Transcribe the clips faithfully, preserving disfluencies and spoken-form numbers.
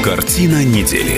Картина недели.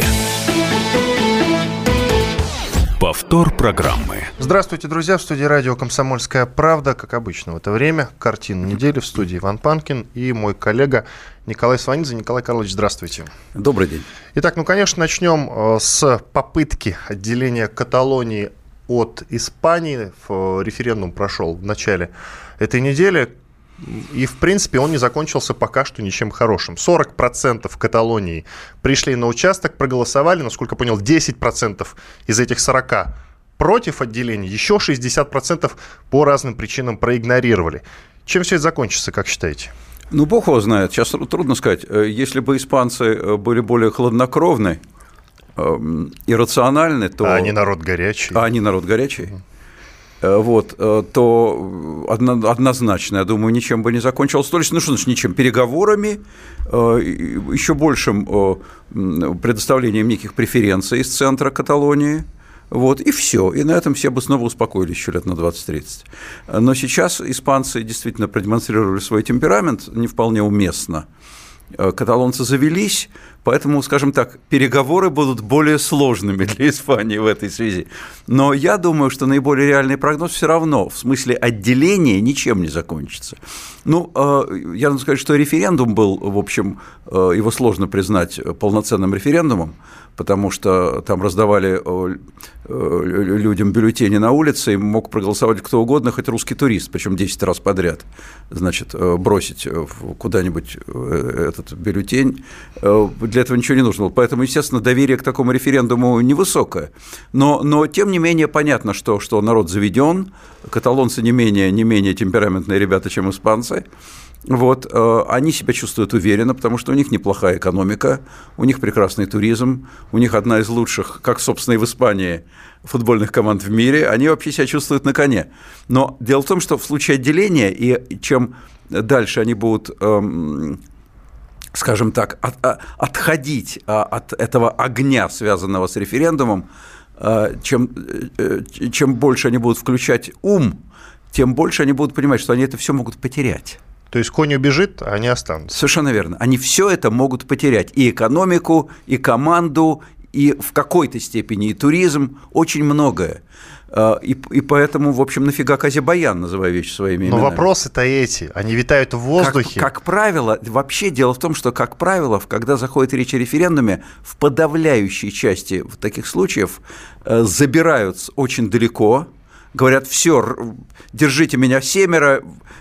Повтор программы. Здравствуйте, друзья. В студии радио «Комсомольская правда». Как обычно в это время картина недели. В студии Иван Панкин и мой коллега Николай Сванидзе. Николай Карлович, здравствуйте. Добрый день. Итак, ну, конечно, начнем с попытки отделения Каталонии от Испании. Референдум прошел в начале этой недели. И, в принципе, он не закончился пока что ничем хорошим. сорок процентов Каталонии пришли на участок, проголосовали. Насколько я понял, десять процентов из этих сорока против отделения. Еще шестьдесят процентов по разным причинам проигнорировали. Чем все это закончится, как считаете? Ну, бог его знает. Сейчас трудно сказать. Если бы испанцы были более хладнокровны и рациональны, то... А они народ горячий. А они народ горячий. Вот, то однозначно, я думаю, ничем бы не закончилось. То есть, ну что значит ничем? Переговорами, еще большим предоставлением неких преференций из центра Каталонии. Вот, и все. И на этом все бы снова успокоились еще лет на двадцать-тридцать. Но сейчас испанцы действительно продемонстрировали свой темперамент не вполне уместно. Каталонцы завелись, поэтому, скажем так, переговоры будут более сложными для Испании в этой связи. Но я думаю, что наиболее реальный прогноз все равно в смысле отделения ничем не закончится. Ну, я должен сказать, что референдум был, в общем, его сложно признать полноценным референдумом, потому что там раздавали людям бюллетени на улице, и мог проголосовать кто угодно, хоть русский турист, причем десять раз подряд, значит, бросить куда-нибудь этот бюллетень. Для этого ничего не нужно было. Поэтому, естественно, доверие к такому референдуму невысокое. Но, но тем не менее, понятно, что, что народ заведен, каталонцы не менее, не менее темпераментные ребята, чем испанцы. Вот, они себя чувствуют уверенно, потому что у них неплохая экономика, у них прекрасный туризм, у них одна из лучших, как, собственно, и в Испании, футбольных команд в мире, они вообще себя чувствуют на коне. Но дело в том, что в случае отделения, и чем дальше они будут, эм, скажем так, от, отходить от этого огня, связанного с референдумом, э, чем, э, чем больше они будут включать ум, тем больше они будут понимать, что они это все могут потерять. То есть конь убежит, а они останутся. Совершенно верно. Они все это могут потерять. И экономику, и команду, и в какой-то степени и туризм, очень многое. И, и поэтому, в общем, нафига Казибаян, называя вещи своими именами. Но вопросы-то эти, они витают в воздухе. Как, как правило, вообще дело в том, что, как правило, когда заходит речь о референдуме, в подавляющей части в таких случаев забирают очень далеко, говорят: все, держите меня семеро,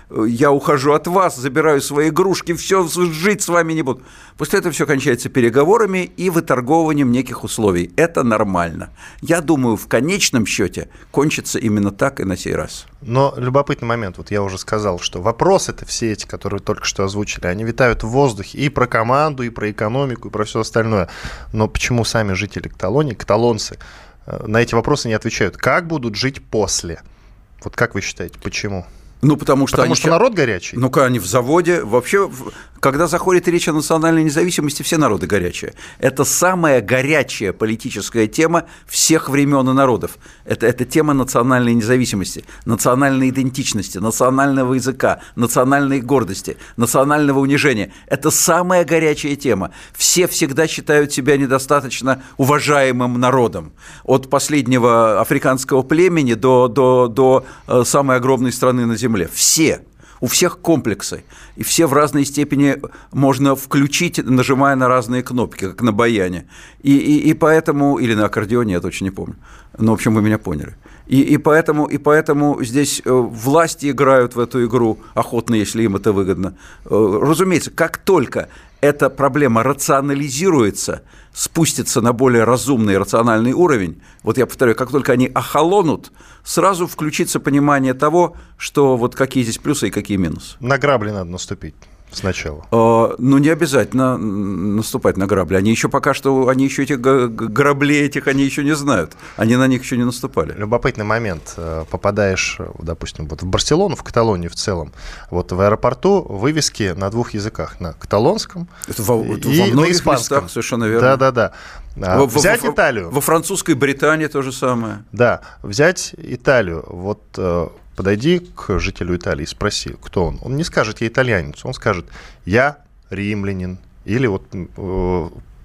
я ухожу от вас, забираю свои игрушки, все, жить с вами не буду. После этого все кончается переговорами и выторговыванием неких условий. Это нормально. Я думаю, в конечном счете кончится именно так и на сей раз. Но любопытный момент. Вот я уже сказал, что вопросы-то все эти, которые только что озвучили, они витают в воздухе и про команду, и про экономику, и про все остальное. Но почему сами жители Каталонии, каталонцы, на эти вопросы не отвечают? Как будут жить после? Вот как вы считаете, почему? Ну, потому что, потому они... что народ горячий? Ну-ка, они в заводе. Вообще, когда заходит речь о национальной независимости, все народы горячие. Это самая горячая политическая тема всех времен и народов. Это, это тема национальной независимости, национальной идентичности, национального языка, национальной гордости, национального унижения. Это самая горячая тема. Все всегда считают себя недостаточно уважаемым народом. От последнего африканского племени до, до, до самой огромной страны на земле. Все. У всех комплексы, и все в разной степени можно включить, нажимая на разные кнопки, как на баяне. И, и, и поэтому, или на аккордеоне, я точно не помню, но, в общем, вы меня поняли. И, и, поэтому, и поэтому здесь власти играют в эту игру охотно, если им это выгодно. Разумеется, как только эта проблема рационализируется, спустится на более разумный, рациональный уровень, вот я повторяю, как только они охолонут, сразу включится понимание того, что вот какие здесь плюсы и какие минусы. На грабли надо наступить сначала. Ну, не обязательно наступать на грабли. Они еще пока что, они еще этих граблей этих, они еще не знают. Они на них еще не наступали. Любопытный момент. Попадаешь, допустим, вот в Барселону, в Каталонию в целом, вот в аэропорту вывески на двух языках, на каталонском это во, это и во многих на испанском. Местах, совершенно верно. Да-да-да. Во, взять во, Италию. Во французской Британии то же самое. Да, взять Италию. Вот подойди к жителю Италии и спроси, кто он. Он не скажет: я итальянец, он скажет: я римлянин. Или вот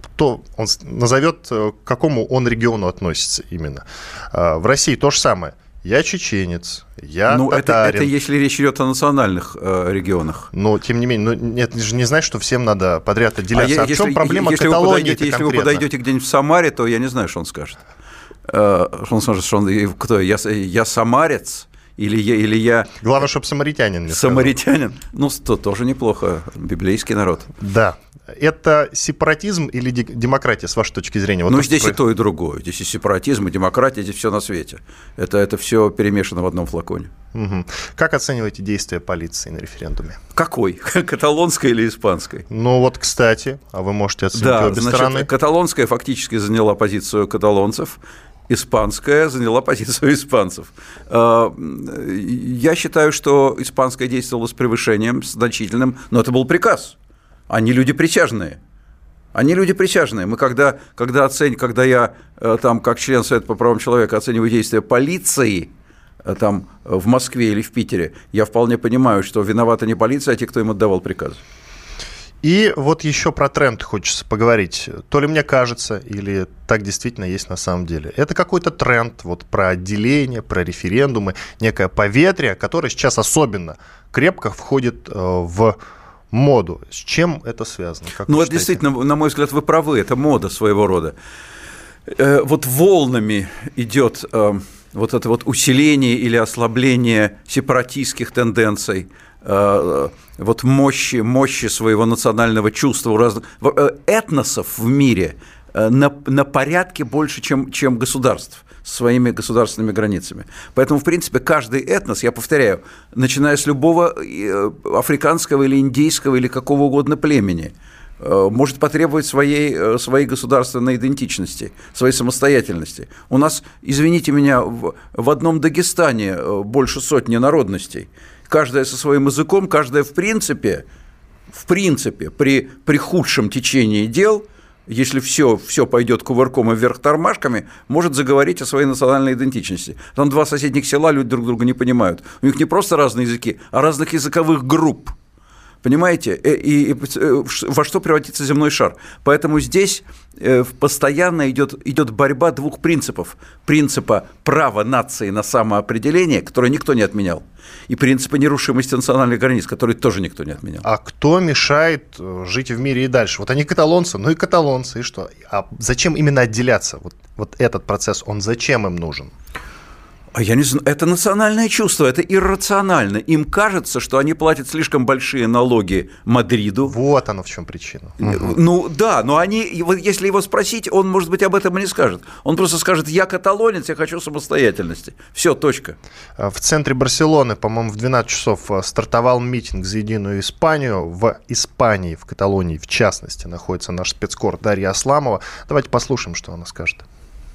то он назовет, к какому он региону относится именно. В России то же самое. Я чеченец, я ну, татарин. Это, это если речь идет о национальных э, регионах. Но, тем не менее, ну, нет, же не знаешь, что всем надо подряд отделяться. А, а в чем проблема если Каталонии? Вы подойдете, если вы подойдете где-нибудь в Самаре, то я не знаю, что он скажет. Э, что он скажет, что он, кто я, я самарец? Или я, или я... Главное, чтобы самаритянин не Самаритянин. Сказал. Ну, то тоже неплохо. Библейский народ. Да. Это сепаратизм или демократия, с вашей точки зрения? Вот ну, здесь и то, и другое. Здесь и сепаратизм, и демократия, здесь все на свете. Это, это все перемешано в одном флаконе. Угу. Как оцениваете действия полиции на референдуме? Какой? Каталонской или испанской? Ну вот, кстати, а вы можете оценить да, обе значит, стороны. Каталонская фактически заняла позицию каталонцев, испанская заняла позицию испанцев. Я считаю, что испанская действовала с превышением значительным, но это был приказ. Они люди присяжные. Они люди присяжные. Мы когда, когда, оцен... когда я там, как член Совета по правам человека оцениваю действия полиции там, в Москве или в Питере, я вполне понимаю, что виновата не полиция, а те, кто им отдавал приказы. И вот еще про тренд хочется поговорить. То ли мне кажется, или так действительно есть на самом деле. Это какой-то тренд вот про отделение, про референдумы, некое поветрие, которое сейчас особенно крепко входит в моду. С чем это связано? Как ну, это действительно, на мой взгляд, вы правы, это мода своего рода. Вот волнами идет вот это вот усиление или ослабление сепаратистских тенденций, вот мощи, мощи своего национального чувства у разных этносов в мире на, на порядке больше, чем, чем государств с своими государственными границами. Поэтому, в принципе, каждый этнос, я повторяю, начиная с любого африканского или индейского или какого угодно племени, может потребовать своей, своей государственной идентичности, своей самостоятельности. У нас, извините меня, в, в одном Дагестане больше сотни народностей, каждая со своим языком, каждая в принципе, в принципе, при, при худшем течении дел, если все, все пойдет кувырком и вверх тормашками, может заговорить о своей национальной идентичности. Там два соседних села, люди друг друга не понимают. У них не просто разные языки, а разных языковых групп. Понимаете? И, и, и во что превратится земной шар? Поэтому здесь постоянно идет, идет борьба двух принципов. Принципа права нации на самоопределение, которое никто не отменял, и принципа нерушимости национальных границ, который тоже никто не отменял. А кто мешает жить в мире и дальше? Вот они каталонцы, ну и каталонцы, и что? А зачем именно отделяться? Вот, вот этот процесс, он зачем им нужен? А я не знаю, это национальное чувство, это иррационально. Им кажется, что они платят слишком большие налоги Мадриду. Вот оно в чем причина. Угу. Ну да, но они, если его спросить, он, может быть, об этом и не скажет. Он просто скажет: я каталонец, я хочу самостоятельности. Все, точка. В центре Барселоны, по-моему, в двенадцать часов стартовал митинг за единую Испанию. В Испании, в Каталонии, в частности, находится наш спецкор Дарья Асламова. Давайте послушаем, что она скажет.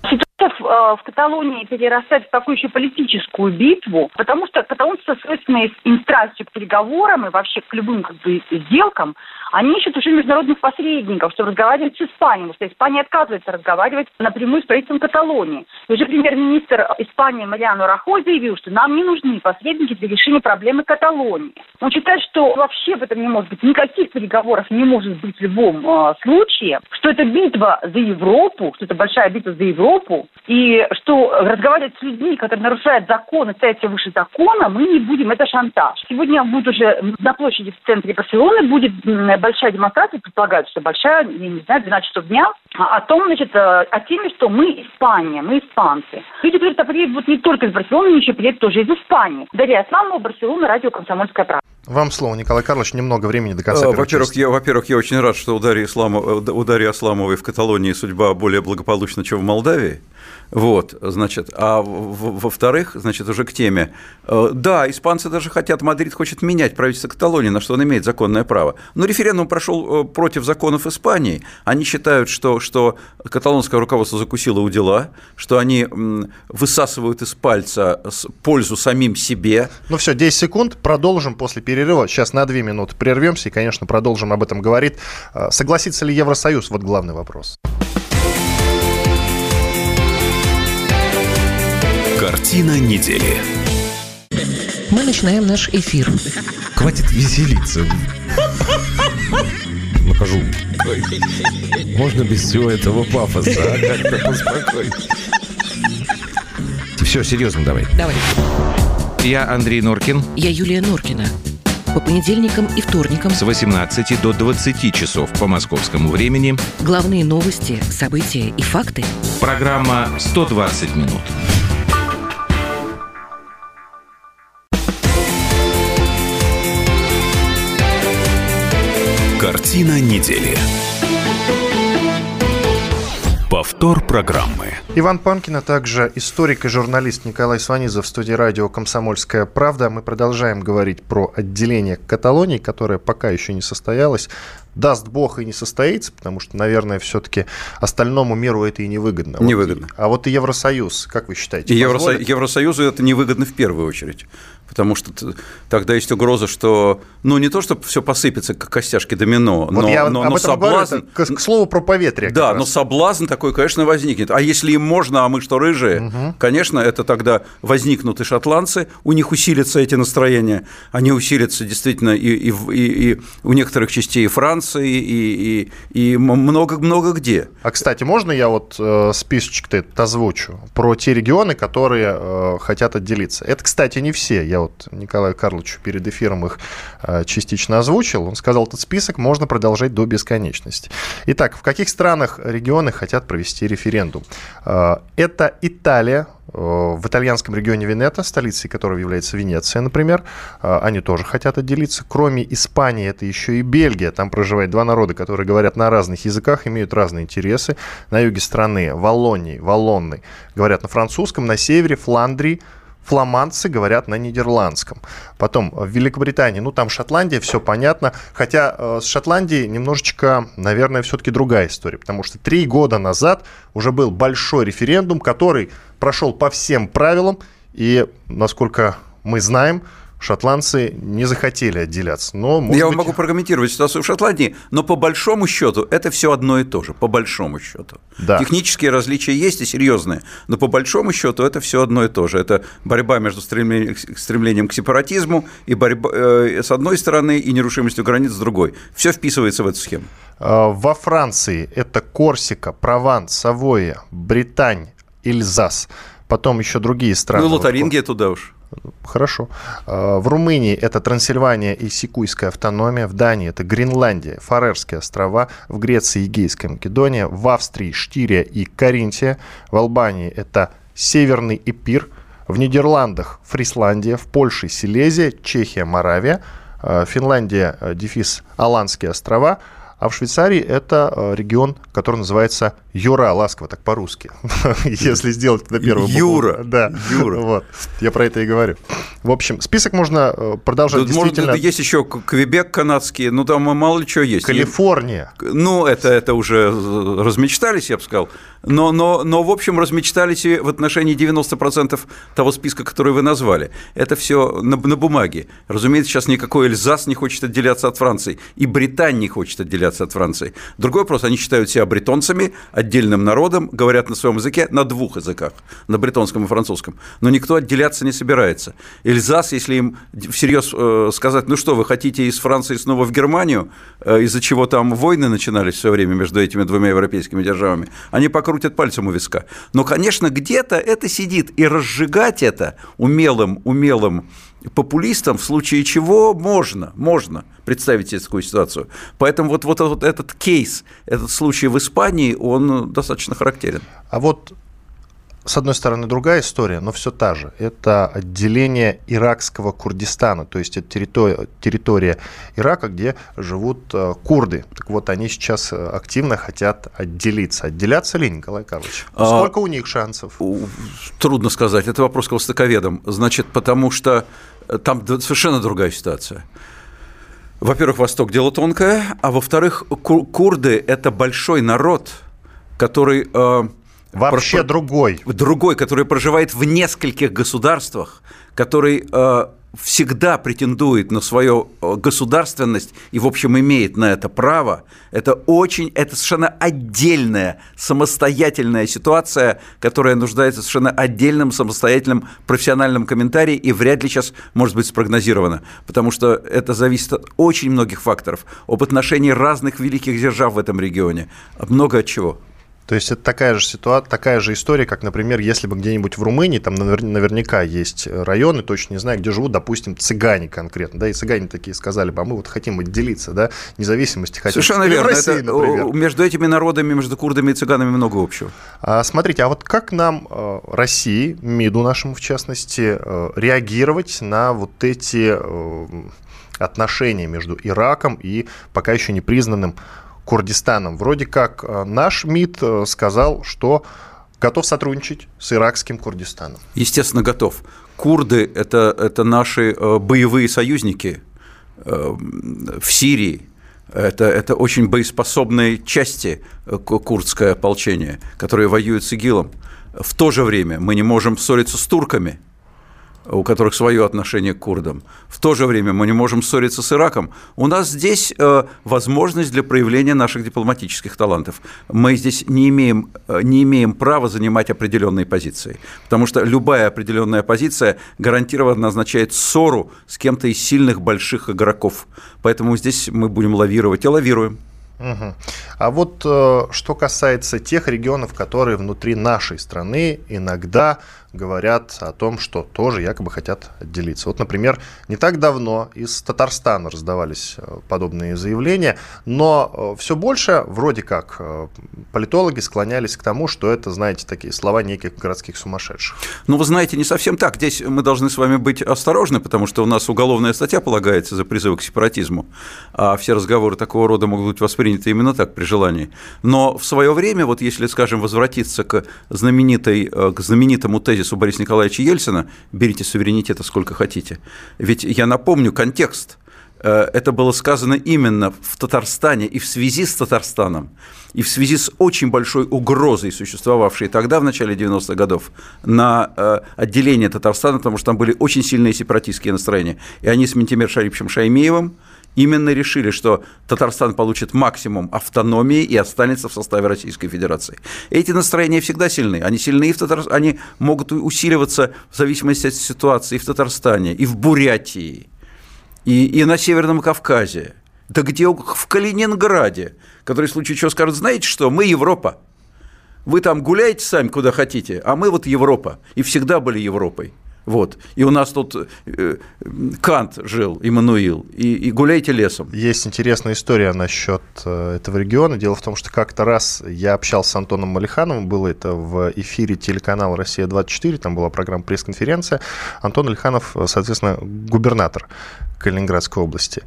В Каталонии перерастает в такую еще политическую битву, потому что каталонцы со свойственной им страстью к переговорам и вообще к любым как бы сделкам, они ищут уже международных посредников, чтобы разговаривать с Испанией, потому что Испания отказывается разговаривать напрямую с правительством Каталонии. И уже премьер-министр Испании Мариано Рахой заявил, что нам не нужны посредники для решения проблемы Каталонии. Он считает, что вообще в этом не может быть никаких переговоров, не может быть в любом э, случае, что это битва за Европу, что это большая битва за Европу, и что разговаривать с людьми, которые нарушают закон и ставят себя выше закона, мы не будем, это шантаж. Сегодня будет уже на площади в центре Барселоны будет большая демонстрация, предполагают, что большая, я не знаю, двенадцать часов дня, о том, значит, о теме, что мы Испания, мы испанцы. Люди, которые приедут не только из Барселоны, но еще приедут тоже из Испании. Дарья Асламова, Барселона, радио «Комсомольская правда». Вам слово, Николай Карлович, немного времени до конца. Во-первых, я, во-первых, я очень рад, что у Дарьи, Исламов, у Дарьи Асламовой в Каталонии судьба более благополучна, чем в Молдавии. Вот, значит, а во-вторых, значит, уже к теме. Да, испанцы даже хотят, Мадрид хочет менять правительство Каталонии, на что он имеет законное право. Но референдум прошел против законов Испании. Они считают, что, что каталонское руководство закусило у дела, что они высасывают из пальца пользу самим себе. Ну все, десять секунд, продолжим после перерыва. Сейчас на две минуты прервемся и, конечно, продолжим об этом говорить. Согласится ли Евросоюз? Вот главный вопрос. Картина недели. Мы начинаем наш эфир. Хватит веселиться. покажу. Можно без всего этого пафоса, а? Как-то поспокойнее. Все, серьезно давай. Давай. Я Андрей Норкин. Я Юлия Норкина. По понедельникам и вторникам С восемнадцати до двадцати часов по московскому времени. главные новости, события и факты. Программа «сто двадцать минут». Картина недели. Повтор программы. Иван Панкин, а также историк и журналист Николай Сванидзе в студии радио «Комсомольская правда». Мы продолжаем говорить про отделение Каталонии, которое пока еще не состоялось. Даст бог и не состоится, потому что, наверное, все-таки остальному миру это и невыгодно. Невыгодно. Вот, а вот и Евросоюз, как вы считаете, И позволит? Евросо... Евросоюзу это невыгодно в первую очередь, потому что тогда есть угроза, что, ну, не то, что все посыпется, как костяшки домино, Вот но, я но, об но этом соблазн... говорю, это к, к слову про поветрие. Да, раз. но соблазн такой, конечно, возникнет. А если им можно, а мы что, рыжие? Угу. Конечно, это тогда возникнут и шотландцы, у них усилятся эти настроения, они усилятся действительно и, и, и, и у некоторых частей Франции, и, и, и много-много где. А, кстати, можно я вот э, списочек-то этот озвучу про те регионы, которые э, хотят отделиться? Это, кстати, не все. Я вот Николаю Карловичу перед эфиром их э, частично озвучил. Он сказал, этот список можно продолжать до бесконечности. Итак, в каких странах регионы хотят провести референдум? Э, это Италия. В итальянском регионе Венето, столицей которого является Венеция, например, они тоже хотят отделиться. Кроме Испании, это еще и Бельгия. Там проживает два народа, которые говорят на разных языках, имеют разные интересы. На юге страны Валлонии, Валлонны говорят на французском, на севере Фландрии фламандцы говорят на нидерландском. Потом в Великобритании, ну там Шотландия, все понятно. Хотя э, с Шотландией немножечко, наверное, все-таки другая история. Потому что три года назад уже был большой референдум, который прошел по всем правилам. И, насколько мы знаем, шотландцы не захотели отделяться. Но, может Я быть... вам могу прокомментировать ситуацию в Шотландии, но по большому счету это все одно и то же, по большому счету. Да. Технические различия есть и серьезные, но по большому счету это все одно и то же. Это борьба между стремлением, стремлением к сепаратизму и борьба э, с одной стороны и нерушимостью границ с другой. Все вписывается в эту схему. Во Франции это Корсика, Прованс, Савойя, Британь, Эльзас. Потом еще другие страны. Ну, Лотарингия туда уж. Хорошо. В Румынии это Трансильвания и Сикуйская автономия. В Дании это Гренландия, Фарерские острова. В Греции Эгейская Македония. В Австрии Штирия и Каринтия. В Албании это Северный Эпир. В Нидерландах Фрисландия. В Польше Силезия, Чехия, Моравия. Финляндия, дефис Аландские острова. А в Швейцарии это регион, который называется Юра, ласково так по-русски, если сделать это первую букву. Юра. Да, Юра. Вот. Я про это и говорю. В общем, список можно продолжать. Тут действительно. Может, есть еще Квебек канадский, ну там мало ли чего есть. Калифорния. Ну, это, это уже размечтались, я бы сказал. Но, но, но, в общем, размечтались и в отношении девяноста процентов того списка, который вы назвали. Это все на, на бумаге. Разумеется, сейчас никакой Эльзас не хочет отделяться от Франции, и Британия не хочет отделяться от Франции. Другой вопрос, они считают себя бретонцами, отдельным народом, говорят на своем языке, на двух языках, на бретонском и французском. Но никто отделяться не собирается. Эльзас, если им всерьез сказать, ну что, вы хотите из Франции снова в Германию, из-за чего там войны начинались все время между этими двумя европейскими державами, они покрутят пальцем у виска. Но, конечно, где-то это сидит, и разжигать это умелым, умелым популистам в случае чего можно, можно представить себе такую ситуацию. Поэтому вот, вот, вот этот кейс, этот случай в Испании, он достаточно характерен. А вот с одной стороны, другая история, но все та же. Это отделение иракского Курдистана, то есть это территория, территория Ирака, где живут э, курды. Так вот, они сейчас активно хотят отделиться. Отделятся ли, Николай Карлович? Сколько а, у них шансов? Трудно сказать. Это вопрос к востоковедам. Значит, потому что там совершенно другая ситуация. Во-первых, Восток – дело тонкое, а во-вторых, курды – это большой народ, который… Э, Вообще про, другой. Другой, который проживает в нескольких государствах, который э, всегда претендует на свою государственность и, в общем, имеет на это право, это очень, это совершенно отдельная, самостоятельная ситуация, которая нуждается в совершенно отдельном, самостоятельном профессиональном комментарии и вряд ли сейчас может быть спрогнозировано, потому что это зависит от очень многих факторов, об отношении разных великих держав в этом регионе, много от чего. То есть это такая же ситуация, такая же история, как, например, если бы где-нибудь в Румынии, там наверняка есть районы, точно не знаю, где живут, допустим, цыгане конкретно, да, и цыгане такие сказали бы, а мы вот хотим отделиться, да, независимости хотим. Совершенно Или верно. в России, это, например. Между этими народами, между курдами и цыганами много общего. А, смотрите, а вот как нам, России, МИДу нашему в частности, реагировать на вот эти отношения между Ираком и пока еще не признанным Курдистаном? Вроде как наш МИД сказал, что готов сотрудничать с иракским Курдистаном. Естественно, готов. Курды – это, это наши боевые союзники в Сирии. Это, это очень боеспособные части курдское ополчение, которые воюют с ИГИЛом. В то же время мы не можем ссориться с турками, у которых свое отношение к курдам. В то же время мы не можем ссориться с Ираком. У нас здесь э, возможность для проявления наших дипломатических талантов. Мы здесь не имеем, не имеем права занимать определенные позиции, потому что любая определенная позиция гарантированно означает ссору с кем-то из сильных больших игроков. Поэтому здесь мы будем лавировать и лавируем. Угу. А вот э, что касается тех регионов, которые внутри нашей страны иногда говорят о том, что тоже якобы хотят отделиться. Вот, например, не так давно из Татарстана раздавались подобные заявления, но все больше вроде как политологи склонялись к тому, что это, знаете, такие слова неких городских сумасшедших. Ну, вы знаете, не совсем так. Здесь мы должны с вами быть осторожны, потому что у нас уголовная статья полагается за призывы к сепаратизму, а все разговоры такого рода могут быть восприняты именно так при желании. Но в свое время, вот если, скажем, возвратиться к, знаменитой, к знаменитому тезису Бориса Николаевича Ельцина «берите суверенитета сколько хотите». Ведь я напомню контекст. Это было сказано именно в Татарстане и в связи с Татарстаном, и в связи с очень большой угрозой, существовавшей тогда, в начале девяностых годов, на отделение Татарстана, потому что там были очень сильные сепаратистские настроения. И они с Ментимер Шариповичем Шаймиевым именно решили, что Татарстан получит максимум автономии и останется в составе Российской Федерации. Эти настроения всегда сильны. Они сильны и в Татарстане, они могут усиливаться в зависимости от ситуации и в Татарстане, и в Бурятии, и, и на Северном Кавказе, да где в Калининграде, который в случае чего скажут, знаете что, мы Европа. Вы там гуляете сами куда хотите, а мы вот Европа, и всегда были Европой. Вот. И у нас тут э, Кант жил, Иммануил, и, и гуляйте лесом. Есть интересная история насчет этого региона. Дело в том, что как-то раз я общался с Антоном Малихановым, было это в эфире телеканала «Россия двадцать четыре», там была программа «Пресс-конференция». Антон Алиханов, соответственно, губернатор Калининградской области.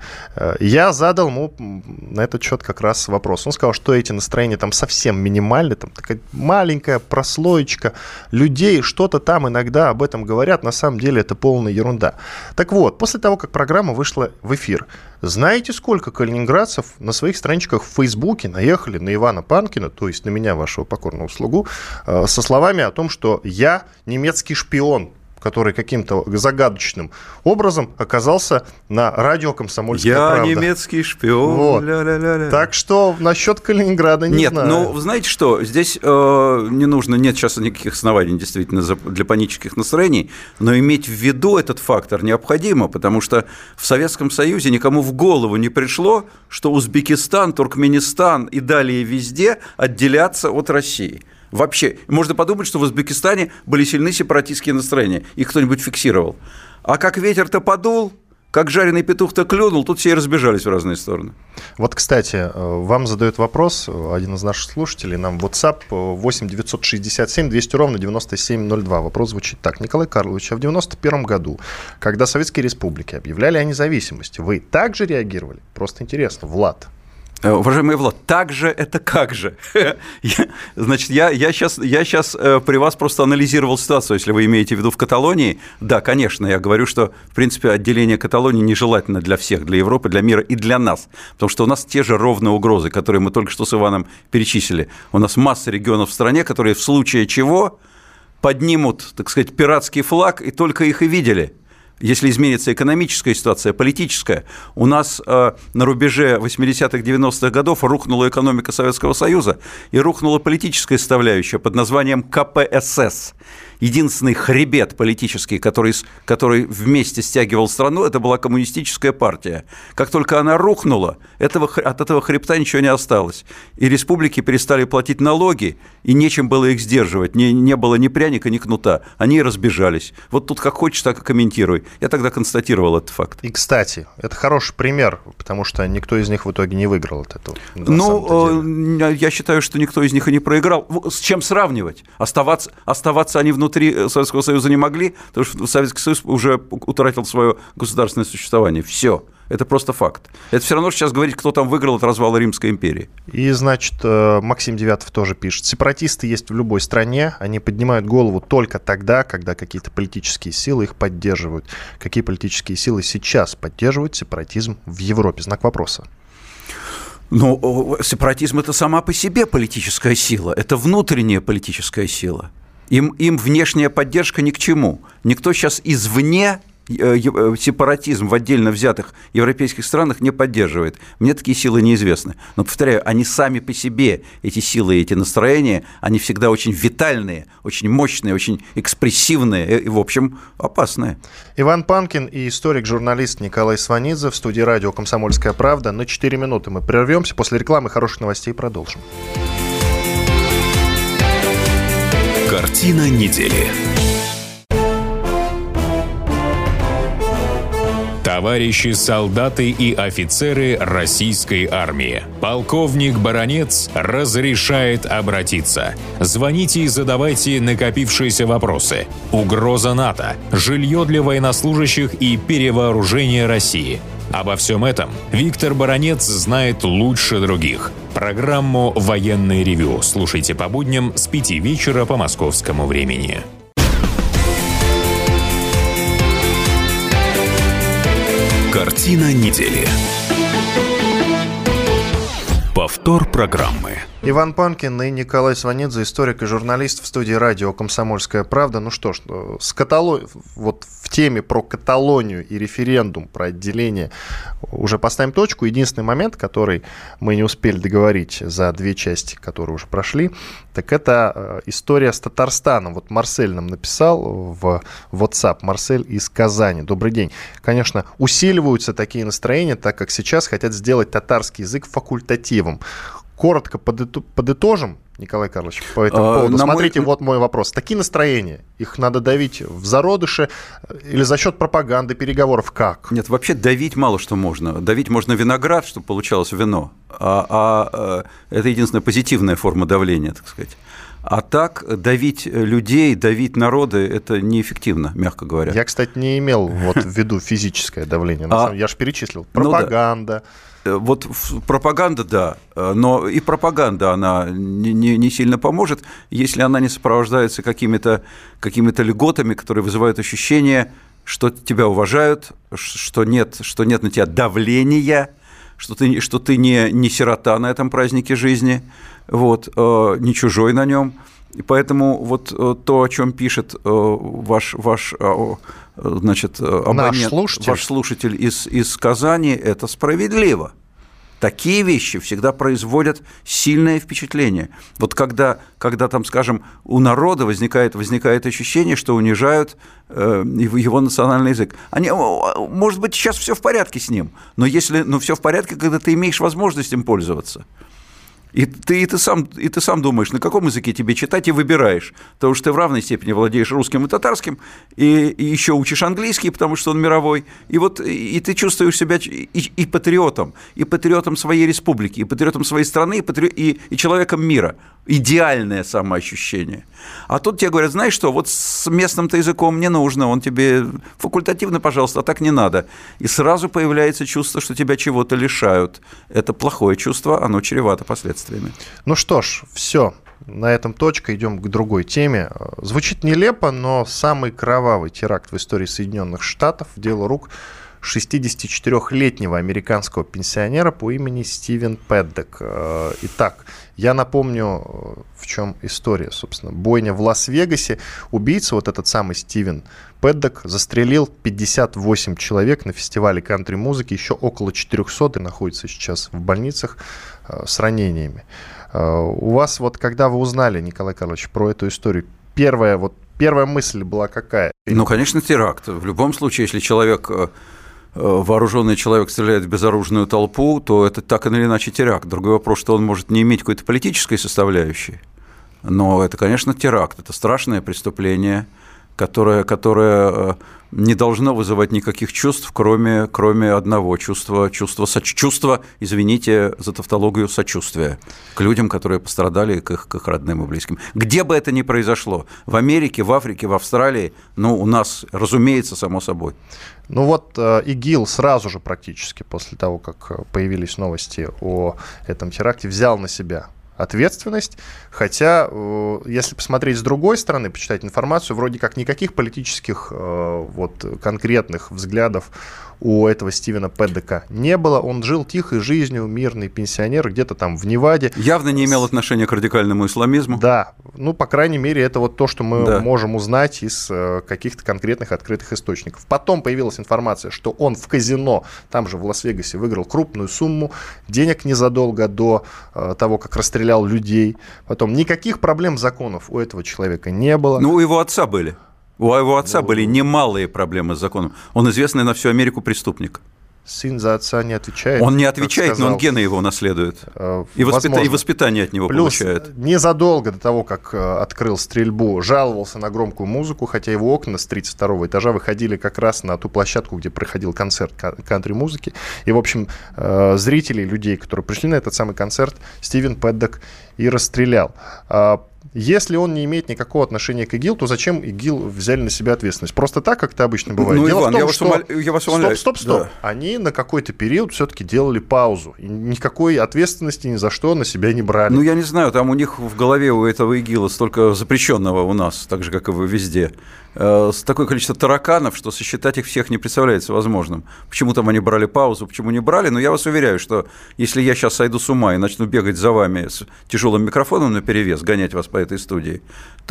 Я задал ему на этот счет как раз вопрос. Он сказал, что эти настроения там совсем минимальны, там такая маленькая прослоечка людей, что-то там иногда об этом говорят, на самом деле это полная ерунда. Так вот, после того, как программа вышла в эфир, знаете, сколько калининградцев на своих страничках в Фейсбуке наехали на Ивана Панкина, то есть на меня, вашего покорного слугу, со словами о том, что я немецкий шпион, который каким-то загадочным образом оказался на радио «Комсомольская правда». Я немецкий шпион. Вот. Ля-ля-ля-ля. Так что насчет Калининграда не нет, знаю. Нет, ну, знаете что, здесь э, не нужно, нет сейчас никаких оснований действительно для панических настроений, но иметь в виду этот фактор необходимо, потому что в Советском Союзе никому в голову не пришло, что Узбекистан, Туркменистан и далее везде отделятся от России. Вообще, можно подумать, что в Узбекистане были сильны сепаратистские настроения, их кто-нибудь фиксировал. А как ветер-то подул, как жареный петух-то клюнул, тут все и разбежались в разные стороны. Вот, кстати, вам задает вопрос один из наших слушателей, нам в WhatsApp восемь девятьсот шестьдесят семь двести ровно девяносто семь ноль два. Вопрос звучит так. Николай Карлович, а в девяносто первом году, когда советские республики объявляли о независимости, вы также реагировали? Просто интересно. Влад. Уважаемый Влад, так же это как же? Значит, я, я, сейчас, я сейчас при вас просто анализировал ситуацию, если вы имеете в виду в Каталонии. Да, конечно, я говорю, что, в принципе, отделение Каталонии нежелательно для всех, для Европы, для мира и для нас, потому что у нас те же ровные угрозы, которые мы только что с Иваном перечислили. У нас масса регионов в стране, которые в случае чего поднимут, так сказать, пиратский флаг, и только их и видели. если изменится экономическая ситуация, политическая, у нас э, на рубеже восьмидесятых, девяностых годов рухнула экономика Советского Союза и рухнула политическая составляющая под названием ка пэ эс эс. Единственный хребет политический, который, который вместе стягивал страну, это была коммунистическая партия. Как только она рухнула, этого, от этого хребта ничего не осталось. И республики перестали платить налоги, и нечем было их сдерживать. Не, не было ни пряника, ни кнута. Они и разбежались. Вот тут как хочешь, так и комментируй. Я тогда констатировал этот факт. И, кстати, это хороший пример, потому что никто из них в итоге не выиграл от этого. Ну, я считаю, что никто из них и не проиграл. С чем сравнивать? Оставаться, оставаться они внутри Советского Союза не могли, потому что Советский Союз уже утратил свое государственное существование. Все. Это просто факт. Это все равно, что сейчас говорить, кто там выиграл от развала Римской империи. И, значит, Максим Девятов тоже пишет. Сепаратисты есть в любой стране. Они поднимают голову только тогда, когда какие-то политические силы их поддерживают. Какие политические силы сейчас поддерживают сепаратизм в Европе? Знак вопроса. Ну, сепаратизм – это сама по себе политическая сила. Это внутренняя политическая сила. Им, им внешняя поддержка ни к чему. Никто сейчас извне сепаратизм в отдельно взятых европейских странах не поддерживает. Мне такие силы неизвестны. Но, повторяю, они сами по себе, эти силы и эти настроения, они всегда очень витальные, очень мощные, очень экспрессивные и, в общем, опасные. Иван Панкин и историк-журналист Николай Сванидзе в студии радио «Комсомольская правда». На четыре минуты мы прервемся. После рекламы и хороших новостей продолжим. Картина недели. Товарищи солдаты и офицеры российской армии. Полковник Баранец разрешает обратиться. Звоните и задавайте накопившиеся вопросы. Угроза НАТО, жилье для военнослужащих и перевооружение России. Обо всем этом Виктор Баранец знает лучше других. Программу «Военное ревю» слушайте по будням с пяти вечера по московскому времени. Картина недели. Повтор программы. Иван Панкин и Николай Сванидзе, историк и журналист в студии радио «Комсомольская правда». Ну что ж, с Катало... вот в теме про Каталонию и референдум, про отделение уже поставим точку. Единственный момент, который мы не успели договорить за две части, которые уже прошли, так это история с Татарстаном. Вот Марсель нам написал в WhatsApp, Марсель из Казани. Добрый день. Конечно, усиливаются такие настроения, так как сейчас хотят сделать татарский язык факультативом. Коротко подытожим, Николай Карлович, по этому а, поводу. Смотрите, мой... вот мой вопрос. Такие настроения, их надо давить в зародыше или за счет пропаганды, переговоров, как? Нет, вообще давить мало что можно. Давить можно виноград, чтобы получалось вино. А, а это единственная позитивная форма давления, так сказать. А так давить людей, давить народы – это неэффективно, мягко говоря. Я, кстати, не имел вот в виду физическое давление. А, я же перечислил. Пропаганда. Ну, да. Вот пропаганда, да, но и пропаганда, она не, не, не сильно поможет, если она не сопровождается какими-то, какими-то льготами, которые вызывают ощущение, что тебя уважают, что нет, что нет на тебя давления, что ты, что ты не, не сирота на этом празднике жизни, вот, не чужой на нем. И поэтому вот то, о чем пишет ваш, ваш, значит, абонент, слушатель. ваш слушатель из, из Казани, это справедливо. Такие вещи всегда производят сильное впечатление. Вот когда, когда там, скажем, у народа возникает, возникает ощущение, что унижают э, его национальный язык. Они, может быть, сейчас все в порядке с ним, но если, ну, все в порядке, когда ты имеешь возможность им пользоваться. И ты, и, ты сам, и ты сам думаешь, на каком языке тебе читать, и выбираешь. Потому что ты в равной степени владеешь русским и татарским, и, и еще учишь английский, потому что он мировой. И вот и ты чувствуешь себя и, и патриотом, и патриотом своей республики, и патриотом своей страны, и, патри... и, и человеком мира. Идеальное самоощущение. А тут тебе говорят, знаешь что, вот с местным-то языком не нужно, он тебе факультативно, пожалуйста, а так не надо. И сразу появляется чувство, что тебя чего-то лишают. Это плохое чувство, оно чревато последствиями. Ну что ж, все. На этом точка. Идем к другой теме. Звучит нелепо, но самый кровавый теракт в истории Соединенных Штатов, дело рук шестидесятичетырёхлетнего американского пенсионера по имени Стивен Пэддок. Итак, я напомню, в чем история, собственно. Бойня в Лас-Вегасе. Убийца, вот этот самый Стивен Пэддок, застрелил пятьдесят восемь человек на фестивале кантри-музыки. Еще около четыреста находится сейчас в больницах э, с ранениями. Э, у вас вот, когда вы узнали, Николай Карлович, про эту историю, первая, вот, первая мысль была какая? Ну, конечно, теракт. В любом случае, если человек... вооруженный человек стреляет в безоружную толпу, то это так или иначе теракт. Другой вопрос, что он может не иметь какой-то политической составляющей, но это, конечно, теракт. Это страшное преступление, которое, которое не должно вызывать никаких чувств, кроме, кроме одного чувства, чувства, чувства, извините за тавтологию, сочувствия к людям, которые пострадали, к их, к их родным и близким. Где бы это ни произошло, в Америке, в Африке, в Австралии, ну, у нас, разумеется, само собой. Ну вот ИГИЛ сразу же практически после того, как появились новости о этом теракте, взял на себя ответственность, хотя, если посмотреть с другой стороны, почитать информацию, вроде как никаких политических вот, конкретных взглядов у этого Стивена Пэддока не было. Он жил тихой жизнью, мирный пенсионер, где-то там в Неваде. Явно не имел отношения к радикальному исламизму. Да, ну, по крайней мере, это вот то, что мы да. можем узнать из каких-то конкретных открытых источников. Потом появилась информация, что он в казино, там же в Лас-Вегасе, выиграл крупную сумму денег незадолго до того, как расстрелял людей. Потом никаких проблем законов у этого человека не было. Ну, у его отца были. У его отца ну, были немалые проблемы с законом. Он известный на всю Америку преступник. Сын за отца не отвечает. Он не отвечает, но он гены его наследует. Э, и, воспита- и воспитание от него Плюс, получает. Незадолго до того, как открыл стрельбу, жаловался на громкую музыку, хотя его окна с тридцать второго этажа выходили как раз на ту площадку, где проходил концерт кантри-музыки. И, в общем, зрителей, людей, которые пришли на этот самый концерт, Стивен Пэддок и расстрелял. Если он не имеет никакого отношения к ИГИЛ, то зачем ИГИЛ взяли на себя ответственность? Просто так, как это обычно бывает. Ну, Дело Иван, в том, я что... вас умоля... я вас умоляю. Стоп, стоп, стоп. Да. Они на какой-то период все-таки делали паузу. И никакой ответственности ни за что на себя не брали. Ну, я не знаю, там у них в голове у этого ИГИЛа столько запрещенного у нас, так же, как и везде. С такое количество тараканов, что сосчитать их всех не представляется возможным. Почему там они брали паузу, почему не брали? Но я вас уверяю, что если я сейчас сойду с ума и начну бегать за вами с тяжелым микрофоном наперевес, гонять вас по этой студии,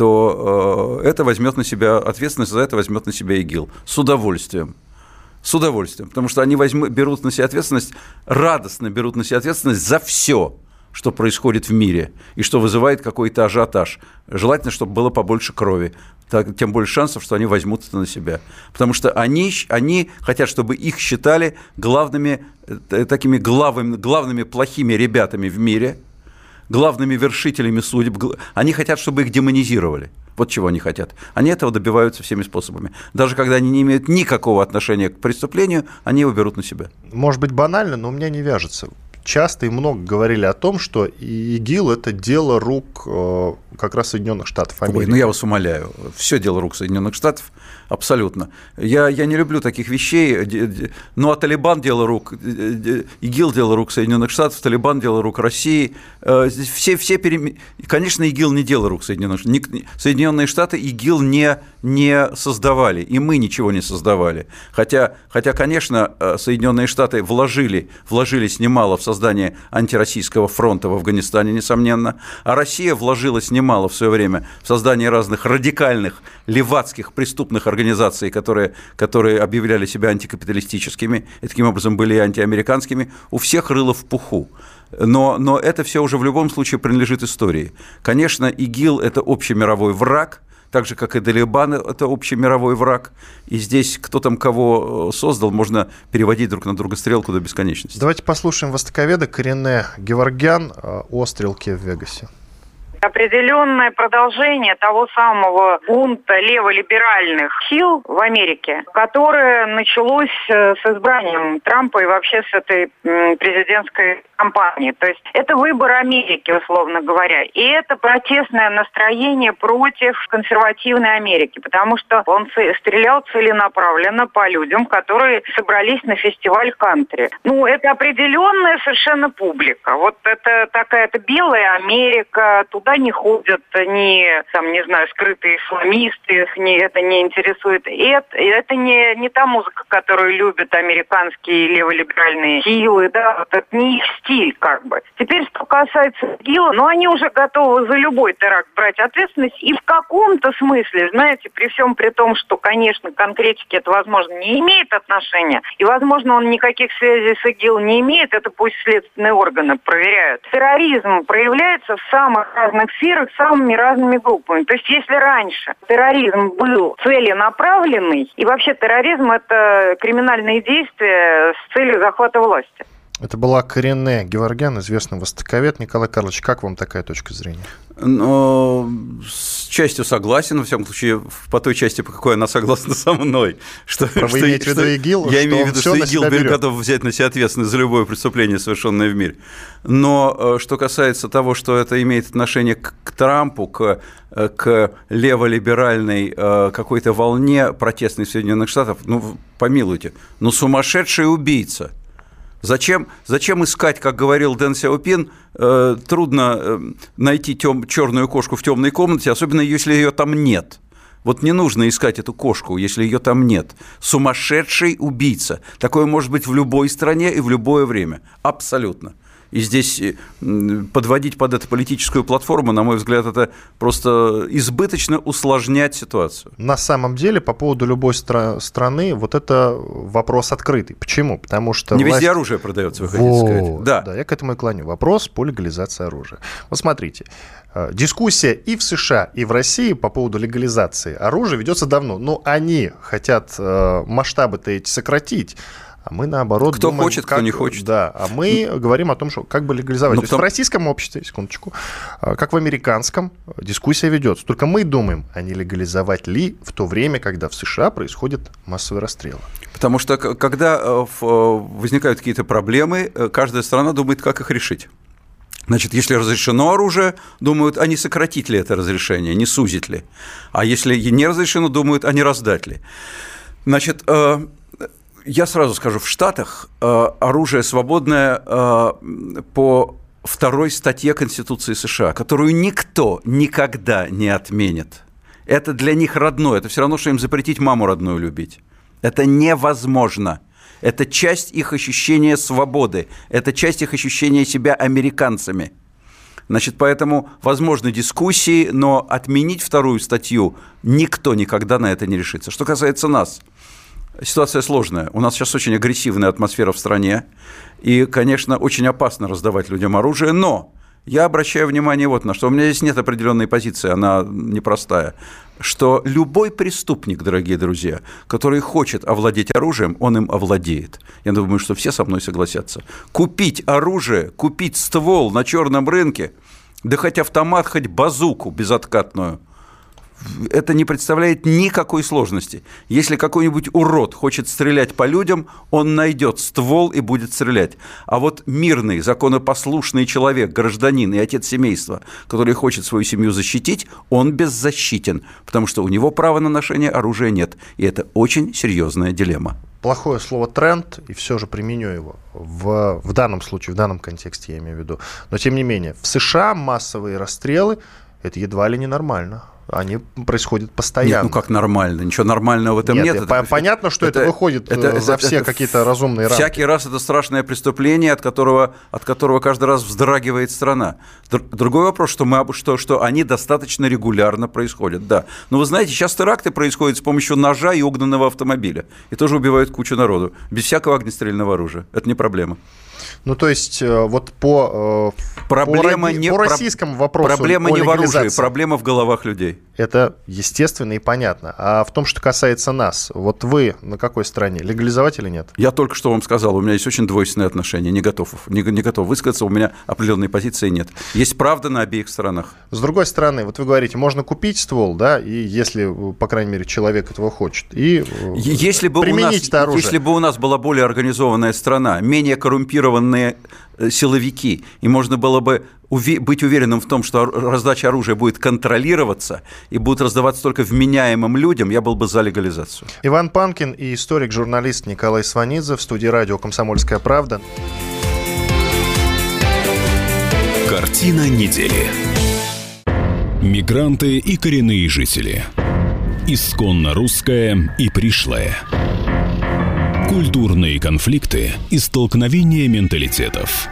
то э, это возьмет на себя, ответственность за это возьмет на себя ИГИЛ. С удовольствием. С удовольствием. Потому что они возьмут, берут на себя ответственность, радостно берут на себя ответственность за все, что происходит в мире и что вызывает какой-то ажиотаж. Желательно, чтобы было побольше крови. Так, тем больше шансов, что они возьмут это на себя. Потому что они, они хотят, чтобы их считали главными, такими главными, главными плохими ребятами в мире, главными вершителями судеб. Они хотят, чтобы их демонизировали. Вот чего они хотят. Они этого добиваются всеми способами. Даже когда они не имеют никакого отношения к преступлению, они его берут на себя. Может быть, банально, но у меня не вяжется. Часто и много говорили о том, что ИГИЛ – это дело рук э, как раз Соединенных Штатов Америки. Ой, ну я вас умоляю, все дело рук Соединенных Штатов, абсолютно. Я, я не люблю таких вещей. Ну, а Талибан – дело рук, ИГИЛ – дело рук Соединенных Штатов, Талибан – дело рук России. Все, все перем... Конечно, ИГИЛ не дело рук Соединенных Штатов. Соединенные Штаты ИГИЛ не, не создавали, и мы ничего не создавали. Хотя, хотя конечно, Соединенные Штаты вложили, вложились немало в создание антироссийского фронта в Афганистане, несомненно, а Россия вложилась немало в свое время в создание разных радикальных, левацких, преступных организаций, которые, которые объявляли себя антикапиталистическими и таким образом были антиамериканскими, у всех рыло в пуху. Но, но это все уже в любом случае принадлежит истории. Конечно, ИГИЛ – это общемировой враг, так же, как и Талибан – это общемировой враг. И здесь кто там кого создал, можно переводить друг на друга стрелку до бесконечности. Давайте послушаем востоковеда Карине Геворгян о стрелке в Вегасе. Определенное продолжение того самого бунта леволиберальных сил в Америке, которое началось с избранием Трампа и вообще с этой президентской кампании. То есть это выбор Америки, условно говоря. И это протестное настроение против консервативной Америки, потому что он стрелял целенаправленно по людям, которые собрались на фестиваль кантри. Ну, это определенная совершенно публика. Вот это такая-то белая Америка, туда туда не ходят ни, там, не знаю, скрытые исламисты, их не, это не интересует. И это, это не, не та музыка, которую любят американские леволиберальные силы, да, вот это не их стиль, как бы. Теперь, что касается ИГИЛа, ну, они уже готовы за любой теракт брать ответственность, и в каком-то смысле, знаете, при всем при том, что, конечно, конкретики это, возможно, не имеет отношения, и, возможно, он никаких связей с ИГИЛ не имеет, это пусть следственные органы проверяют. Терроризм проявляется в самых разных сферах самыми разными группами. То есть, если раньше терроризм был целенаправленный, и вообще терроризм – это криминальные действия с целью захвата власти. Это была Карине Геворгян, известный востоковед. Николай Карлович, как вам такая точка зрения? Ну, с частью согласен, во всяком случае, по той части, по какой она согласна со мной. Что, Вы что, имеете в виду ИГИЛ? Я что имею в виду, что ИГИЛ готов взять на себя ответственность за любое преступление, совершенное в мире. Но что касается того, что это имеет отношение к, к Трампу, к, к леволиберальной какой-то волне протестной в Соединенных Штатах, ну, помилуйте, ну, сумасшедший убийца. Зачем, зачем искать, как говорил Дэн Сяопин, э, трудно э, найти тем, черную кошку в темной комнате, особенно если ее там нет. Вот не нужно искать эту кошку, если ее там нет. Сумасшедший убийца. Такое может быть в любой стране и в любое время. Абсолютно. И здесь подводить под эту политическую платформу, на мой взгляд, это просто избыточно усложнять ситуацию. На самом деле, по поводу любой стра- страны, вот это вопрос открытый. Почему? Потому что не власть... везде оружие продается, вы вот, хотите сказать. Да. да, я к этому и клоню. Вопрос по легализации оружия. Вот смотрите, дискуссия и в США, и в России по поводу легализации оружия ведется давно. Но они хотят масштабы-то эти сократить. А мы, наоборот, кто думаем, хочет, как, кто не хочет. Да, а мы ну, говорим о том, что как бы легализовать. Ну, То потом... есть в российском обществе, секундочку, как в американском, дискуссия ведется. Только мы думаем, а не легализовать ли в то время, когда в США происходят массовые расстрелы. Потому что когда возникают какие-то проблемы, каждая страна думает, как их решить. Значит, если разрешено оружие, думают, а не сократить ли это разрешение, не сузить ли. А если не разрешено, думают, а не раздать ли. Значит, я сразу скажу, в Штатах э, оружие свободное э, по второй статье Конституции США, которую никто никогда не отменит. Это для них родное. Это все равно, что им запретить маму родную любить. Это невозможно. Это часть их ощущения свободы. Это часть их ощущения себя американцами. Значит, поэтому возможны дискуссии, но отменить вторую статью никто никогда на это не решится. Что касается нас. Ситуация сложная. У нас сейчас очень агрессивная атмосфера в стране. И, конечно, очень опасно раздавать людям оружие. Но я обращаю внимание вот на что. У меня здесь нет определенной позиции, она непростая. Что любой преступник, дорогие друзья, который хочет овладеть оружием, он им овладеет. Я думаю, что все со мной согласятся. Купить оружие, купить ствол на черном рынке, да хоть автомат, хоть базуку безоткатную, это не представляет никакой сложности. Если какой-нибудь урод хочет стрелять по людям, он найдет ствол и будет стрелять. А вот мирный, законопослушный человек, гражданин и отец семейства, который хочет свою семью защитить, он беззащитен, потому что у него права на ношение оружия нет. И это очень серьезная дилемма. Плохое слово «тренд», и все же применю его в, в данном случае, в данном контексте я имею в виду. Но, тем не менее, в США массовые расстрелы – это едва ли не нормально. Они происходят постоянно. Нет, ну как нормально? Ничего нормального в этом нет. нет. Это, понятно, что это, это выходит это, за это, все это, какие-то разумные рамки. Всякий раз это страшное преступление, от которого, от которого каждый раз вздрагивает страна. Другой вопрос, что, мы, что, что они достаточно регулярно происходят. Да. Но вы знаете, сейчас теракты происходят с помощью ножа и угнанного автомобиля. И тоже убивают кучу народу. Без всякого огнестрельного оружия. Это не проблема. Ну, то есть, вот по, проблема по, не, по российскому вопросу... Проблема не в оружии, проблема в головах людей. Это естественно и понятно. А в том, что касается нас, вот вы на какой стороне? Легализовать или нет? Я только что вам сказал, у меня есть очень двойственные отношения, не готов, не, не готов высказаться, у меня определенной позиции нет. Есть правда на обеих сторонах. С другой стороны, вот вы говорите, можно купить ствол, да, и если, по крайней мере, человек этого хочет, и если бы применить у нас, это оружие. Если бы у нас была более организованная страна, менее коррумпированная силовики, и можно было бы быть уверенным в том, что раздача оружия будет контролироваться и будет раздаваться только вменяемым людям, я был бы за легализацию. Иван Панкин и историк-журналист Николай Сванидзе в студии радио «Комсомольская правда». Картина недели. Мигранты и коренные жители. Исконно русское и пришлое. Культурные конфликты и столкновения менталитетов.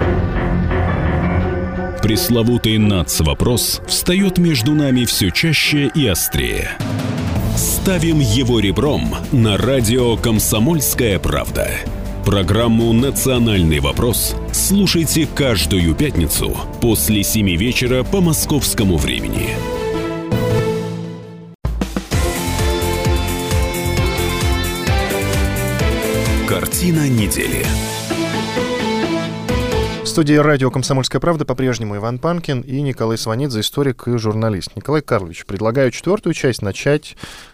Пресловутый нацвопрос встает между нами все чаще и острее. Ставим его ребром на радио «Комсомольская правда». Программу «Национальный вопрос» слушайте каждую пятницу после семи вечера по московскому времени. Картина недели. В студии радио «Комсомольская правда» по-прежнему Иван Панкин и Николай Сванидзе, историк и журналист. Николай Карлович, предлагаю четвертую часть начать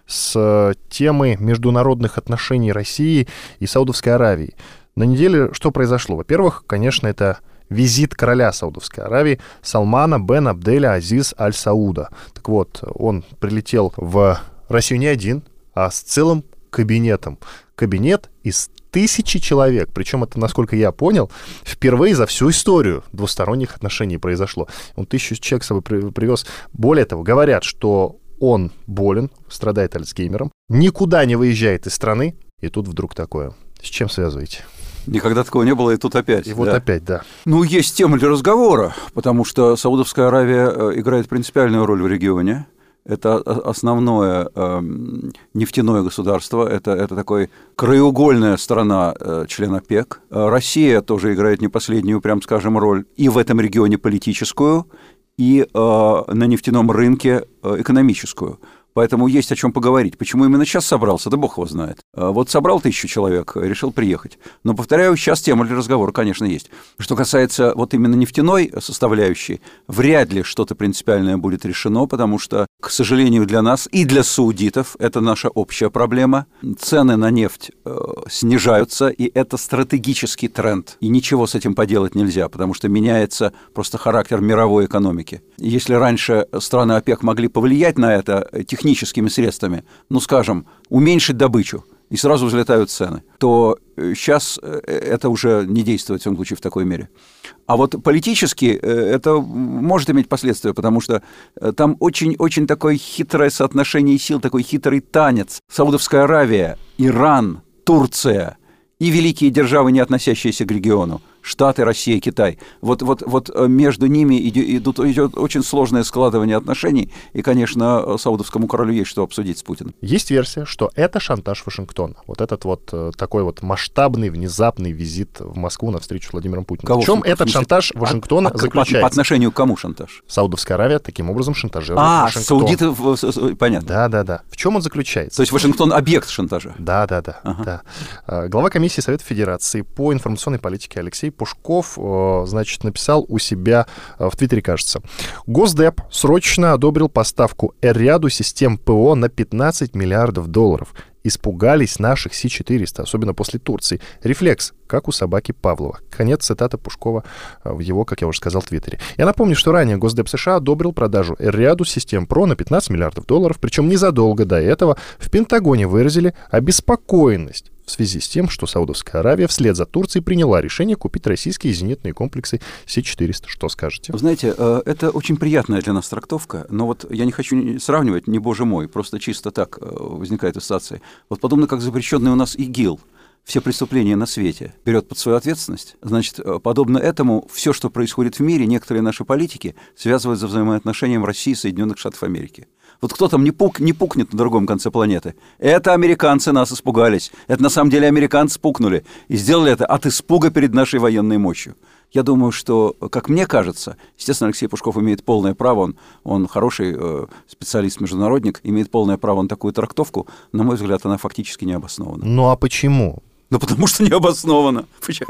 с темы международных отношений России и Саудовской Аравии. На неделе что произошло? Во-первых, конечно, это визит короля Саудовской Аравии Салмана бен Абделя Азиз Аль-Сауда. Так вот, он прилетел в Россию не один, а с целым кабинетом. Кабинет из тысячи человек. Причем это, насколько я понял, впервые за всю историю двусторонних отношений произошло. Он тысячу человек с собой привез. Более того, говорят, что он болен, страдает Альцгеймером, никуда не выезжает из страны, и тут вдруг такое. С чем связываете? Никогда такого не было, и тут опять. И вот да. опять, да. Ну, есть тема для разговора, потому что Саудовская Аравия играет принципиальную роль в регионе. Это основное э, нефтяное государство, это, это такой краеугольная страна э, член ОПЕК. Россия тоже играет не последнюю, прям скажем, роль и в этом регионе политическую, и э, на нефтяном рынке э, экономическую. Поэтому есть о чем поговорить. Почему именно сейчас собрался, да бог его знает. Вот собрал тысячу человек, решил приехать. Но, повторяю, сейчас тема для разговора, конечно, есть. Что касается вот именно нефтяной составляющей, вряд ли что-то принципиальное будет решено, потому что, к сожалению, для нас и для саудитов это наша общая проблема. Цены на нефть э, снижаются, и это стратегический тренд. И ничего с этим поделать нельзя, потому что меняется просто характер мировой экономики. И если раньше страны ОПЕК могли повлиять на это технически, техническими средствами, ну, скажем, уменьшить добычу, и сразу взлетают цены, то сейчас это уже не действует, в всяком случае, в такой мере. А вот политически это может иметь последствия, потому что там очень-очень такое хитрое соотношение сил, такой хитрый танец. Саудовская Аравия, Иран, Турция и великие державы, не относящиеся к региону. Штаты, Россия, Китай. Вот, вот, вот между ними идет, идет очень сложное складывание отношений, и, конечно, саудовскому королю есть что обсудить с Путиным. Есть версия, что это шантаж Вашингтона. Вот этот вот такой вот масштабный, внезапный визит в Москву на встречу с Владимиром Путиным. Кого? В чем в этот шантаж Вашингтона а, заключается? По, по отношению к кому шантаж? Саудовская Аравия таким образом шантажирует а, Вашингтон. Саудиты, понятно. Да-да-да. В чем он заключается? То есть Вашингтон объект шантажа? Да-да-да. Ага. Да. Глава комиссии Совета Федерации по информационной политике Алексей Пушков, значит, написал у себя в Твиттере, кажется. Госдеп срочно одобрил поставку Эр-ряду систем ПО на пятнадцать миллиардов долларов. Испугались наших Си четыреста, особенно после Турции. Рефлекс, как у собаки Павлова. Конец цитаты Пушкова в его, как я уже сказал, Твиттере. Я напомню, что ранее Госдеп США одобрил продажу Эр-ряду систем ПРО на пятнадцать миллиардов долларов, причем незадолго до этого в Пентагоне выразили обеспокоенность в связи с тем, что Саудовская Аравия вслед за Турцией приняла решение купить российские зенитные комплексы Си четыреста. Что скажете? Вы знаете, это очень приятная для нас трактовка, но вот я не хочу сравнивать, не боже мой, просто чисто так возникает ассоциация. Вот подобно как запрещенный у нас ИГИЛ, все преступления на свете берет под свою ответственность, значит, подобно этому все, что происходит в мире, некоторые наши политики связывают за взаимоотношением России и Соединенных Штатов Америки. Вот кто там не, пук, не пукнет на другом конце планеты? Это американцы нас испугались. Это на самом деле американцы пукнули. И сделали это от испуга перед нашей военной мощью. Я думаю, что, как мне кажется, естественно, Алексей Пушков имеет полное право, он, он хороший э, специалист-международник, имеет полное право на такую трактовку. На мой взгляд, она фактически не обоснована. Ну а почему? Ну, потому что не обосновано.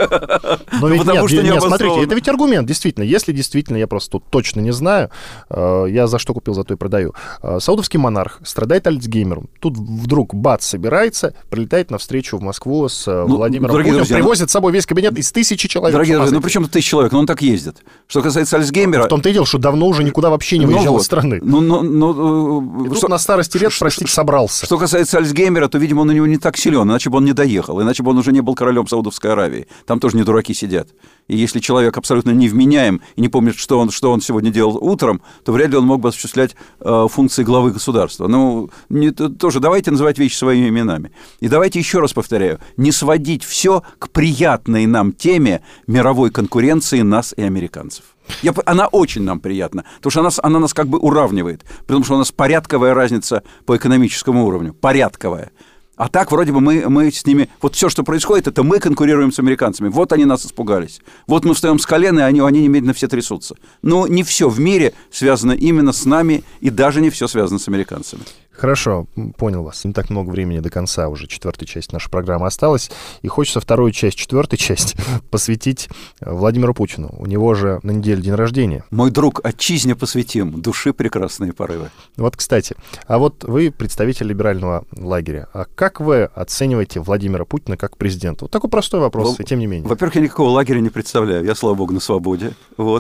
Но ведь потому нет, что не нет, смотрите, это ведь аргумент, действительно. Если действительно, я просто тут точно не знаю, э, я за что купил, за то и продаю. Э, саудовский монарх страдает Альцгеймером. Тут вдруг бац, собирается, прилетает навстречу в Москву с э, ну, Владимиром Путиным, друзья, привозит с собой весь кабинет из тысячи человек. Дорогие друзья, ну при чем тут тысяча человек? Ну он так ездит. Что касается Альцгеймера... В том-то и дело, что давно уже никуда вообще не выезжал ну, из вот, страны. Ну, ну, ну, и тут что, на старости лет, простите, собрался. Что касается Альцгеймера, то, видимо, он у него не так силен, иначе бы он не доехал, иначе бы он он уже не был королем Саудовской Аравии. Там тоже не дураки сидят. И если человек абсолютно невменяем и не помнит, что он, что он сегодня делал утром, то вряд ли он мог бы осуществлять э, функции главы государства. Ну, не, тоже давайте называть вещи своими именами. И давайте еще раз повторяю, не сводить все к приятной нам теме мировой конкуренции нас и американцев. Я, она очень нам приятна, потому что она, она нас как бы уравнивает, потому что у нас порядковая разница по экономическому уровню, порядковая. А так вроде бы мы, мы с ними... Вот все, что происходит, это мы конкурируем с американцами. Вот они нас испугались. Вот мы встаем с колена, и они, они немедленно все трясутся. Но не все в мире связано именно с нами, и даже не все связано с американцами. Хорошо, понял вас. Не так много времени до конца уже четвертая часть нашей программы осталась. И хочется вторую часть, четвертую часть посвятить Владимиру Путину. У него же на неделе день рождения. Мой друг, отчизне посвятим, души прекрасные порывы. Вот, кстати, а вот вы представитель либерального лагеря. А как вы оцениваете Владимира Путина как президента? Вот такой простой вопрос, и тем не менее. Во-первых, я никакого лагеря не представляю. Я, слава богу, на свободе. Вот.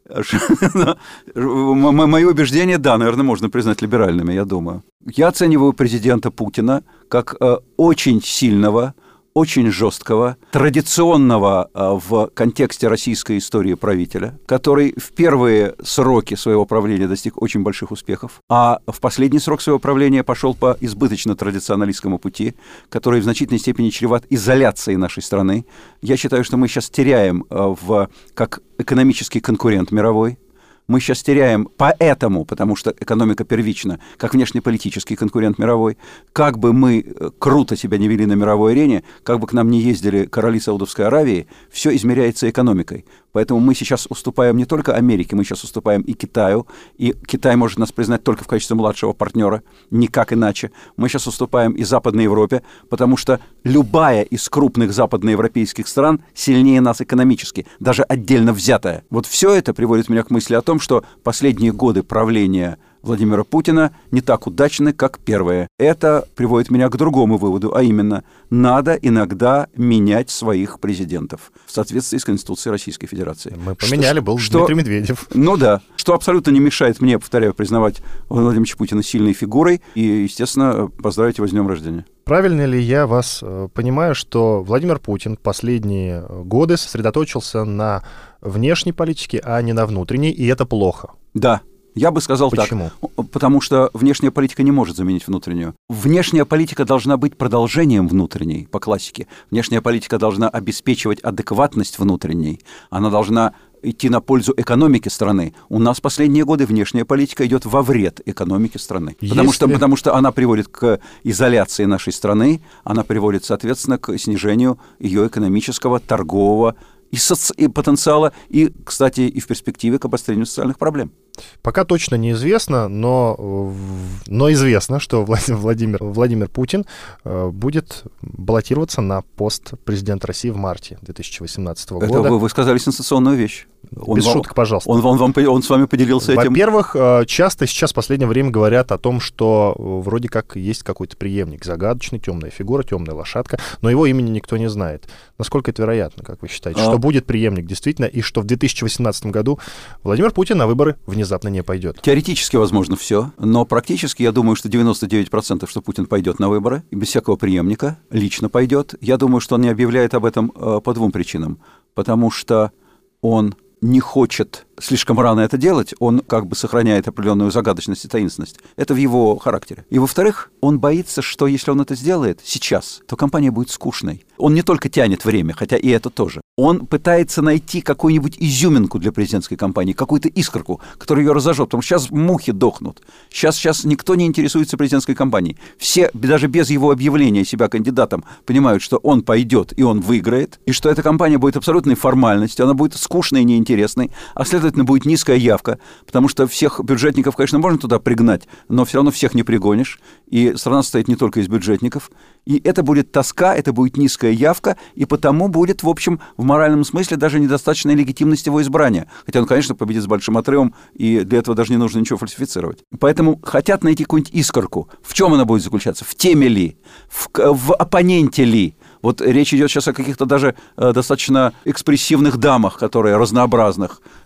Мои убеждения, да, наверное, можно признать либеральными, я думаю. Я оцениваю президента Путина как э, очень сильного, очень жесткого, традиционного э, в контексте российской истории правителя, который в первые сроки своего правления достиг очень больших успехов, а в последний срок своего правления пошел по избыточно традиционалистскому пути, который в значительной степени чреват изоляцией нашей страны. Я считаю, что мы сейчас теряем э, в, как экономический конкурент мировой. Мы сейчас теряем поэтому, потому что экономика первична, как внешнеполитический конкурент мировой. Как бы мы круто себя не вели на мировой арене, как бы к нам не ездили короли Саудовской Аравии, все измеряется экономикой. Поэтому мы сейчас уступаем не только Америке, мы сейчас уступаем и Китаю, и Китай может нас признать только в качестве младшего партнера, никак иначе. Мы сейчас уступаем и Западной Европе, потому что любая из крупных западноевропейских стран сильнее нас экономически, даже отдельно взятая. Вот все это приводит меня к мысли о том, что последние годы правления Владимира Путина не так удачны, как первые. Это приводит меня к другому выводу, а именно, надо иногда менять своих президентов в соответствии с Конституцией Российской Федерации. Мы поменяли, что, был что, Дмитрий Медведев. Ну да, что абсолютно не мешает мне, повторяю, признавать Владимира Владимировича Путина сильной фигурой и, естественно, поздравить его с днем рождения. Правильно ли я вас э, понимаю, что Владимир Путин последние годы сосредоточился на внешней политике, а не на внутренней, и это плохо? Да. Я бы сказал Почему? так, потому что внешняя политика не может заменить внутреннюю. Внешняя политика должна быть продолжением внутренней, по классике. Внешняя политика должна обеспечивать адекватность внутренней, она должна идти на пользу экономике страны. У нас последние годы внешняя политика идет во вред экономике страны. Потому что, потому что она приводит к изоляции нашей страны, она приводит, соответственно, к снижению ее экономического, торгового и, соци... и потенциала, и, кстати, и в перспективе к обострению социальных проблем. Пока точно неизвестно, но, но известно, что Владимир, Владимир Путин будет баллотироваться на пост президента России в марте две тысячи восемнадцатого года. Это вы, вы сказали сенсационную вещь. Он Без вам, шуток, пожалуйста. Он, он, он, он с вами поделился этим? Во-первых, часто сейчас в последнее время говорят о том, что вроде как есть какой-то преемник, загадочный, темная фигура, темная лошадка, но его имени никто не знает. Насколько это вероятно, как вы считаете, а... что будет преемник действительно, и что в две тысячи восемнадцатом году Владимир Путин на выборы внезапно не пойдет? Теоретически возможно все, но практически я думаю, что девяносто девять процентов, что Путин пойдет на выборы, и без всякого преемника, лично пойдет. Я думаю, что он не объявляет об этом э, по двум причинам. Потому что он не хочет слишком рано это делать, он как бы сохраняет определенную загадочность и таинственность. Это в его характере. И, во-вторых, он боится, что если он это сделает сейчас, то кампания будет скучной. Он не только тянет время, хотя и это тоже. Он пытается найти какую-нибудь изюминку для президентской кампании, какую-то искорку, которая ее разожжет, потому что сейчас мухи дохнут. Сейчас, сейчас никто не интересуется президентской кампанией. Все, даже без его объявления себя кандидатом, понимают, что он пойдет и он выиграет, и что эта кампания будет абсолютной формальностью, она будет скучной и неинтересной, а следовательно, будет низкая явка, потому что всех бюджетников, конечно, можно туда пригнать, но все равно всех не пригонишь, и страна состоит не только из бюджетников, и это будет тоска, это будет низкая явка, и потому будет, в общем, в моральном смысле даже недостаточной легитимности его избрания, хотя он, конечно, победит с большим отрывом, и для этого даже не нужно ничего фальсифицировать. Поэтому хотят найти какую-нибудь искорку. В чем она будет заключаться? В теме ли? В, в оппоненте ли? Вот речь идет сейчас о каких-то даже э, достаточно экспрессивных дамах, которые разнообразных,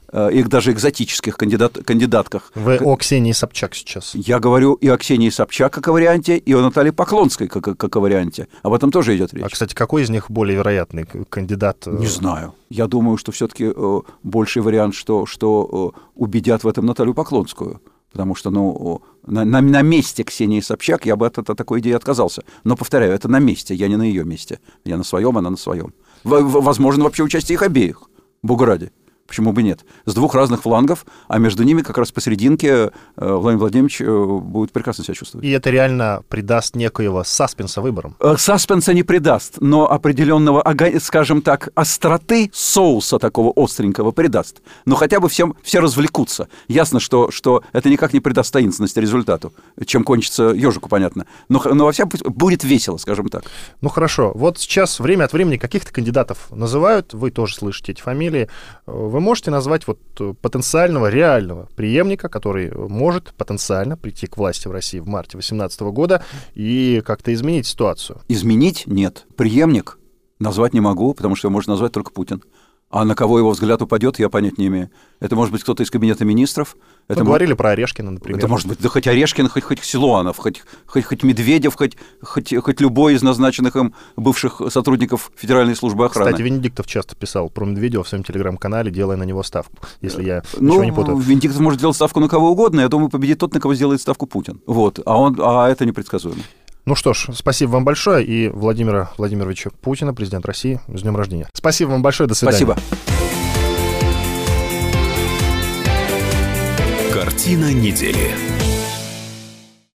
и даже экзотических кандидат, кандидатках. Вы о Ксении Собчак сейчас. Я говорю и о Ксении Собчак как о варианте, и о Наталье Поклонской как, как о варианте. Об этом тоже идет речь. А, кстати, какой из них более вероятный кандидат? Не знаю. Я думаю, что все-таки э, больший вариант, что, что э, убедят в этом Наталью Поклонскую. Потому что, ну, на, на, на месте Ксении Собчак я бы от, от такой идеи отказался. Но, повторяю, это на месте, я не на ее месте. Я на своем, она на своем. В, возможно, вообще участие их обеих. Богу ради. Почему бы нет? С двух разных флангов, а между ними как раз посерединке Владимир Владимирович будет прекрасно себя чувствовать. И это реально придаст некоего саспенса выборам? Саспенса не придаст, но определенного, скажем так, остроты, соуса такого остренького придаст. Но хотя бы всем, все развлекутся. Ясно, что, что это никак не придаст таинственности результату. Чем кончится ежику, понятно. Но, но во всяком случае будет весело, скажем так. Ну хорошо. Вот сейчас время от времени каких-то кандидатов называют, вы тоже слышите эти фамилии. Вы можете назвать вот потенциального, реального преемника, который может потенциально прийти к власти в России в марте две тысячи восемнадцатого года и как-то изменить ситуацию? Изменить? Нет. Преемник назвать не могу, потому что его может назвать только Путин. А на кого его взгляд упадет, я понять не имею. Это может быть кто-то из кабинета министров. Это говорили может... про Орешкина, например. Это может быть да хоть Орешкин, хоть, хоть Силуанов, хоть, хоть, хоть Медведев, хоть, хоть, хоть любой из назначенных им бывших сотрудников Федеральной службы охраны. Кстати, Венедиктов часто писал про Медведева в своем телеграм-канале, делая на него ставку, если я ну, ничего не путаю. Венедиктов может делать ставку на кого угодно, я думаю, победит тот, на кого сделает ставку Путин. Вот. А, он, а это непредсказуемо. Ну что ж, спасибо вам большое. И Владимира Владимировича Путина, президент России, с днем рождения. Спасибо вам большое, до свидания. Спасибо. Картина недели.